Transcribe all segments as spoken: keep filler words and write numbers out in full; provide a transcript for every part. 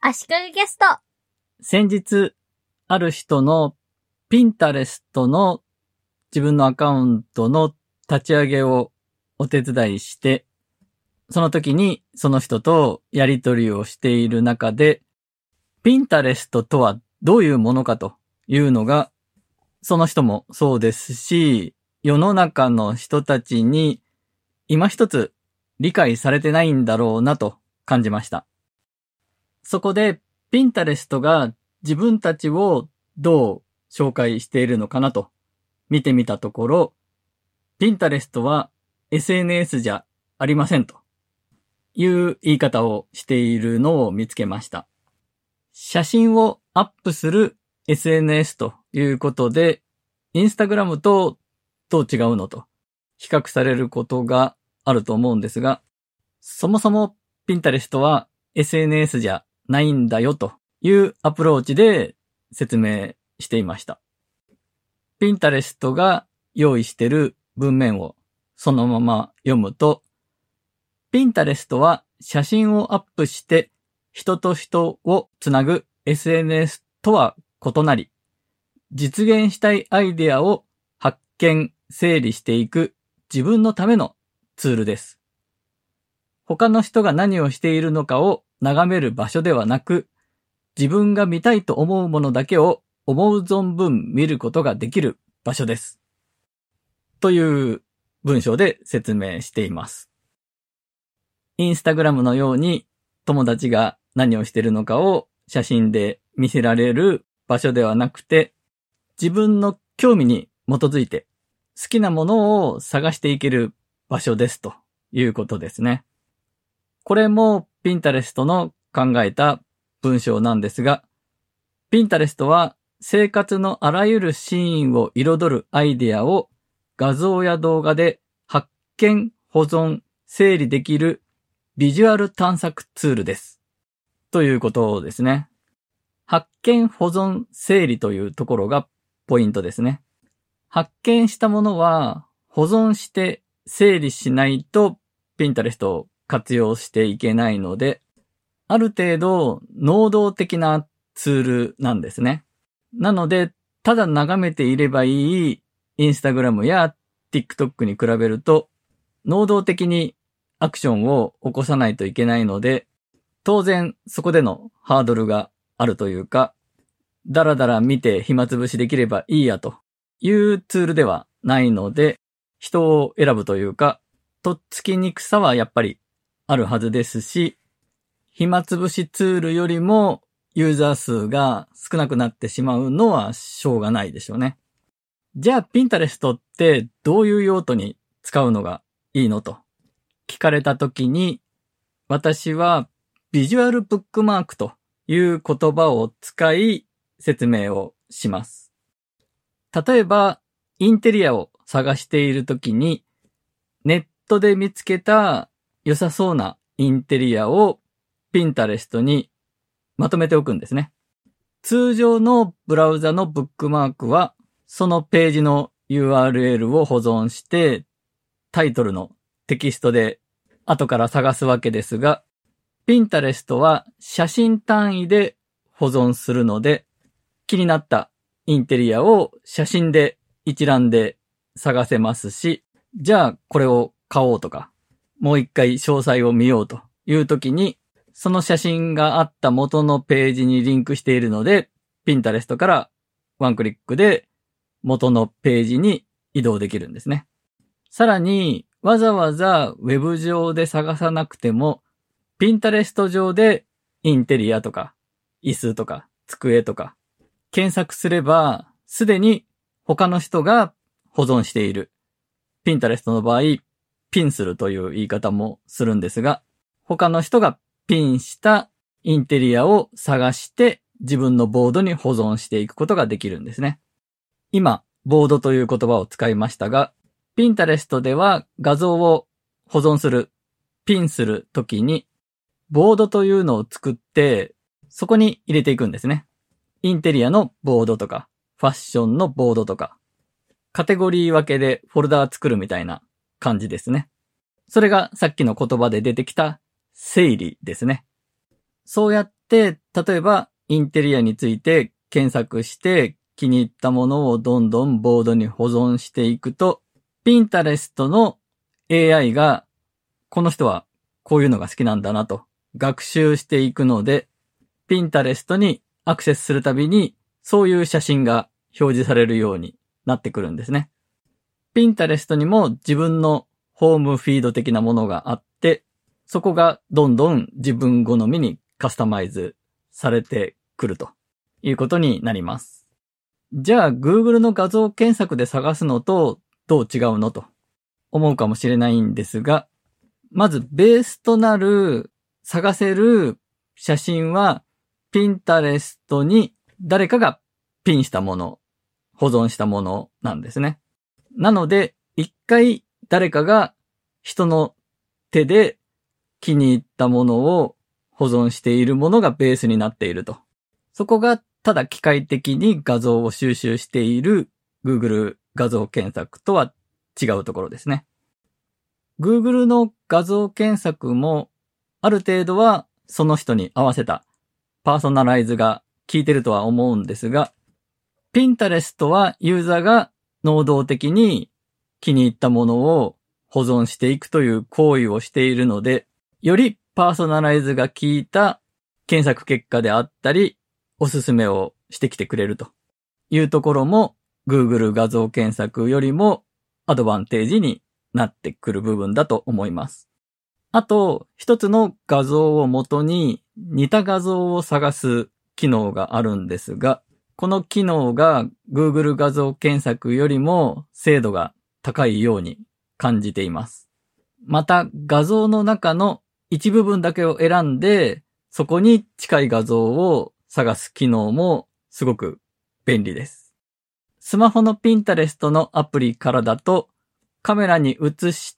足利ゲスト。 先日、ある人のピンタレストの自分のアカウントの立ち上げをお手伝いして、その時にその人とやり取りをしている中で、ピンタレストとはどういうものかというのが、その人もそうですし、世の中の人たちに今一つ理解されてないんだろうなと感じました。そこでピンタレストが自分たちをどう紹介しているのかなと見てみたところ、ピンタレストは エスエヌエス じゃありませんという言い方をしているのを見つけました。写真をアップする エスエヌエス ということで、インスタグラムとどう違うのと比較されることがあると思うんですが、そもそもピンタレストは エスエヌエス じゃないんだよというアプローチで説明していました。ピンタレストが用意している文面をそのまま読むと、ピンタレストは写真をアップして人と人をつなぐ エスエヌエス とは異なり、実現したいアイデアを発見、整理していく自分のためのツールです。他の人が何をしているのかを眺める場所ではなく、自分が見たいと思うものだけを思う存分見ることができる場所です。という文章で説明しています。インスタグラムのように友達が何をしているのかを写真で見せられる場所ではなくて、自分の興味に基づいて好きなものを探していける場所ですということですね。これもピンタレストの考えた文章なんですが、ピンタレストは生活のあらゆるシーンを彩るアイデアを画像や動画で発見、保存、整理できるビジュアル探索ツールです。ということですね。発見、保存、整理というところがポイントですね。発見したものは保存して整理しないとピンタレストを活用していけないので、ある程度能動的なツールなんですね。なので、ただ眺めていればいいインスタグラムや TikTok に比べると、能動的にアクションを起こさないといけないので、当然そこでのハードルがあるというか、だらだら見て暇つぶしできればいいやというツールではないので、人を選ぶというか、とっつきにくさはやっぱりあるはずですし、暇つぶしツールよりもユーザー数が少なくなってしまうのはしょうがないでしょうね。じゃあピンタレストってどういう用途に使うのがいいのと聞かれたときに、私はビジュアルブックマークという言葉を使い説明をします。例えばインテリアを探しているときにネットで見つけた良さそうなインテリアをピンタレストにまとめておくんですね。通常のブラウザのブックマークはそのページの ユーアールエル を保存してタイトルのテキストで後から探すわけですが、ピンタレストは写真単位で保存するので、気になったインテリアを写真で一覧で探せますし、じゃあこれを買おうとか、もう一回詳細を見ようというときに、その写真があった元のページにリンクしているので、ピンタレストからワンクリックで元のページに移動できるんですね。さらに、わざわざウェブ上で探さなくても、ピンタレスト上でインテリアとか、椅子とか、机とか、検索すれば、すでに他の人が保存している。ピンタレストの場合、ピンするという言い方もするんですが、他の人がピンしたインテリアを探して自分のボードに保存していくことができるんですね。今、ボードという言葉を使いましたが、ピンタレストでは画像を保存する、ピンするときに、ボードというのを作って、そこに入れていくんですね。インテリアのボードとか、ファッションのボードとか、カテゴリー分けでフォルダー作るみたいな感じですね。それがさっきの言葉で出てきた整理ですね。そうやって例えば、インテリアについて検索して気に入ったものをどんどんボードに保存していくと、Pinterest の エーアイ が、この人はこういうのが好きなんだなと学習していくので、Pinterest にアクセスするたびに、そういう写真が表示されるようになってくるんですね。Pinterest にも自分のホームフィード的なものがあって、そこがどんどん自分好みにカスタマイズされてくるということになります。じゃあ Google の画像検索で探すのとどう違うのと思うかもしれないんですが、まずベースとなる探せる写真は Pinterest に誰かがピンしたもの、保存したものなんですね。なので一回誰かが人の手で気に入ったものを保存しているものがベースになっていると。そこがただ機械的に画像を収集している Google 画像検索とは違うところですね。Google の画像検索もある程度はその人に合わせたパーソナライズが効いてるとは思うんですが、Pinterest はユーザーが能動的に気に入ったものを保存していくという行為をしているので、よりパーソナライズが効いた検索結果であったり、おすすめをしてきてくれるというところも Google 画像検索よりもアドバンテージになってくる部分だと思います。あと、一つの画像を元に似た画像を探す機能があるんですが、この機能が Google 画像検索よりも精度が高いように感じています。また、画像の中の一部分だけを選んで、そこに近い画像を探す機能もすごく便利です。スマホの Pinterest のアプリからだと、カメラに映して、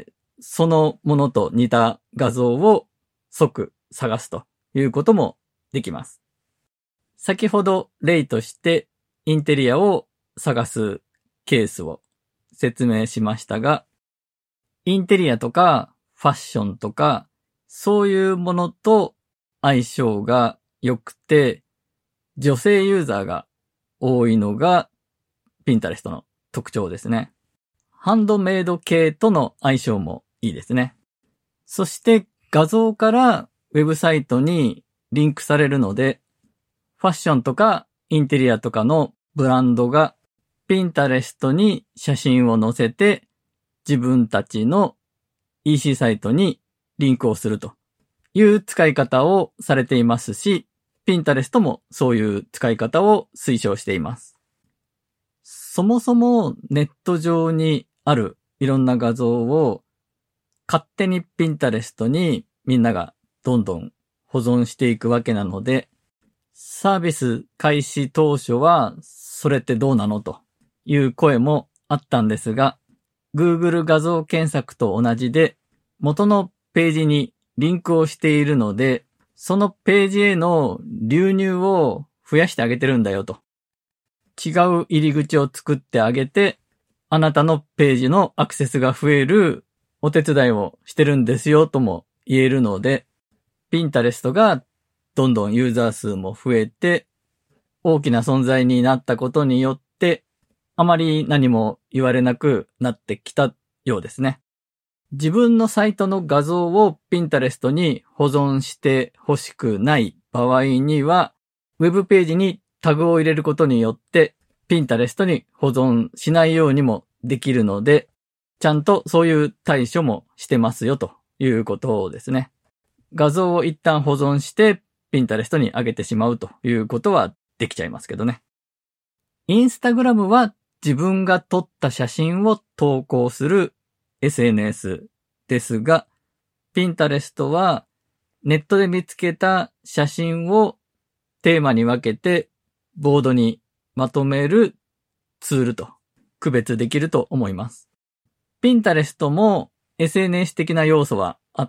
そのものと似た画像を即探すということもできます。先ほど例としてインテリアを探すケースを説明しましたが、インテリアとかファッションとかそういうものと相性が良くて、女性ユーザーが多いのが Pinterest の特徴ですね。ハンドメイド系との相性もいいですね。そして画像からウェブサイトにリンクされるので、ファッションとかインテリアとかのブランドが Pinterest に写真を載せて自分たちの イーシー サイトにリンクをするという使い方をされていますし、Pinterest もそういう使い方を推奨しています。そもそもネット上にあるいろんな画像を勝手に Pinterest にみんながどんどん保存していくわけなので、サービス開始当初はそれってどうなのという声もあったんですが、Google 画像検索と同じで元のページにリンクをしているので、そのページへの流入を増やしてあげてるんだよと。違う入り口を作ってあげて、あなたのページのアクセスが増えるお手伝いをしてるんですよとも言えるので、Pinterest がどんどんユーザー数も増えて、大きな存在になったことによって、あまり何も言われなくなってきたようですね。自分のサイトの画像を Pinterest に保存してほしくない場合には、ウェブページにタグを入れることによって、Pinterest に保存しないようにもできるので、ちゃんとそういう対処もしてますよということですね。画像を一旦保存して、Pinterest に上げてしまうということはできちゃいますけどね。Instagram は自分が撮った写真を投稿する エスエヌエス ですが、Pinterest はネットで見つけた写真をテーマに分けてボードにまとめるツールと区別できると思います。Pinterest も エスエヌエス 的な要素はあって、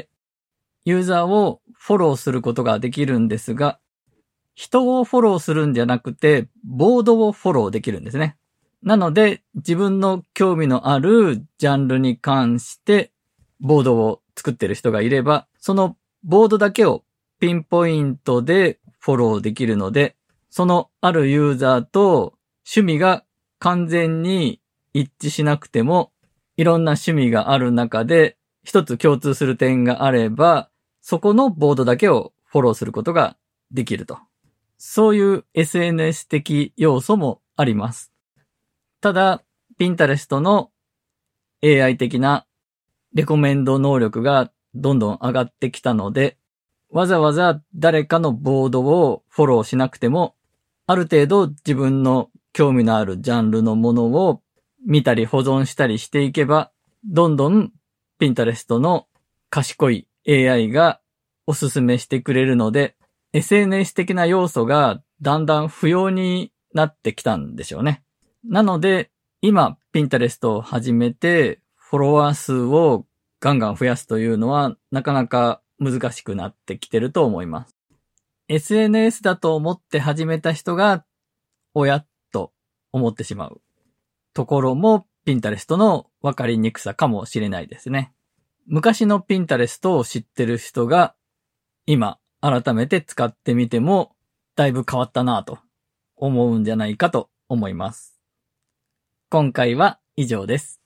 ユーザーをフォローすることができるんですが、人をフォローするんじゃなくて、ボードをフォローできるんですね。なので、自分の興味のあるジャンルに関して、ボードを作ってる人がいれば、そのボードだけをピンポイントでフォローできるので、そのあるユーザーと趣味が完全に一致しなくても、いろんな趣味がある中で一つ共通する点があれば、そこのボードだけをフォローすることができると。そういう エスエヌエス 的要素もあります。ただ、Pinterest の エーアイ 的なレコメンド能力がどんどん上がってきたので、わざわざ誰かのボードをフォローしなくても、ある程度自分の興味のあるジャンルのものを見たり保存したりしていけば、どんどん Pinterest の賢い エーアイ がおすすめしてくれるので、エスエヌエス 的な要素がだんだん不要になってきたんでしょうね。なので、今 Pinterest を始めてフォロワー数をガンガン増やすというのはなかなか難しくなってきてると思います。エスエヌエス だと思って始めた人が、おやっと思ってしまうところも Pinterest の分かりにくさかもしれないですね。昔の Pinterest を知ってる人が今改めて使ってみてもだいぶ変わったなぁと思うんじゃないかと思います。今回は以上です。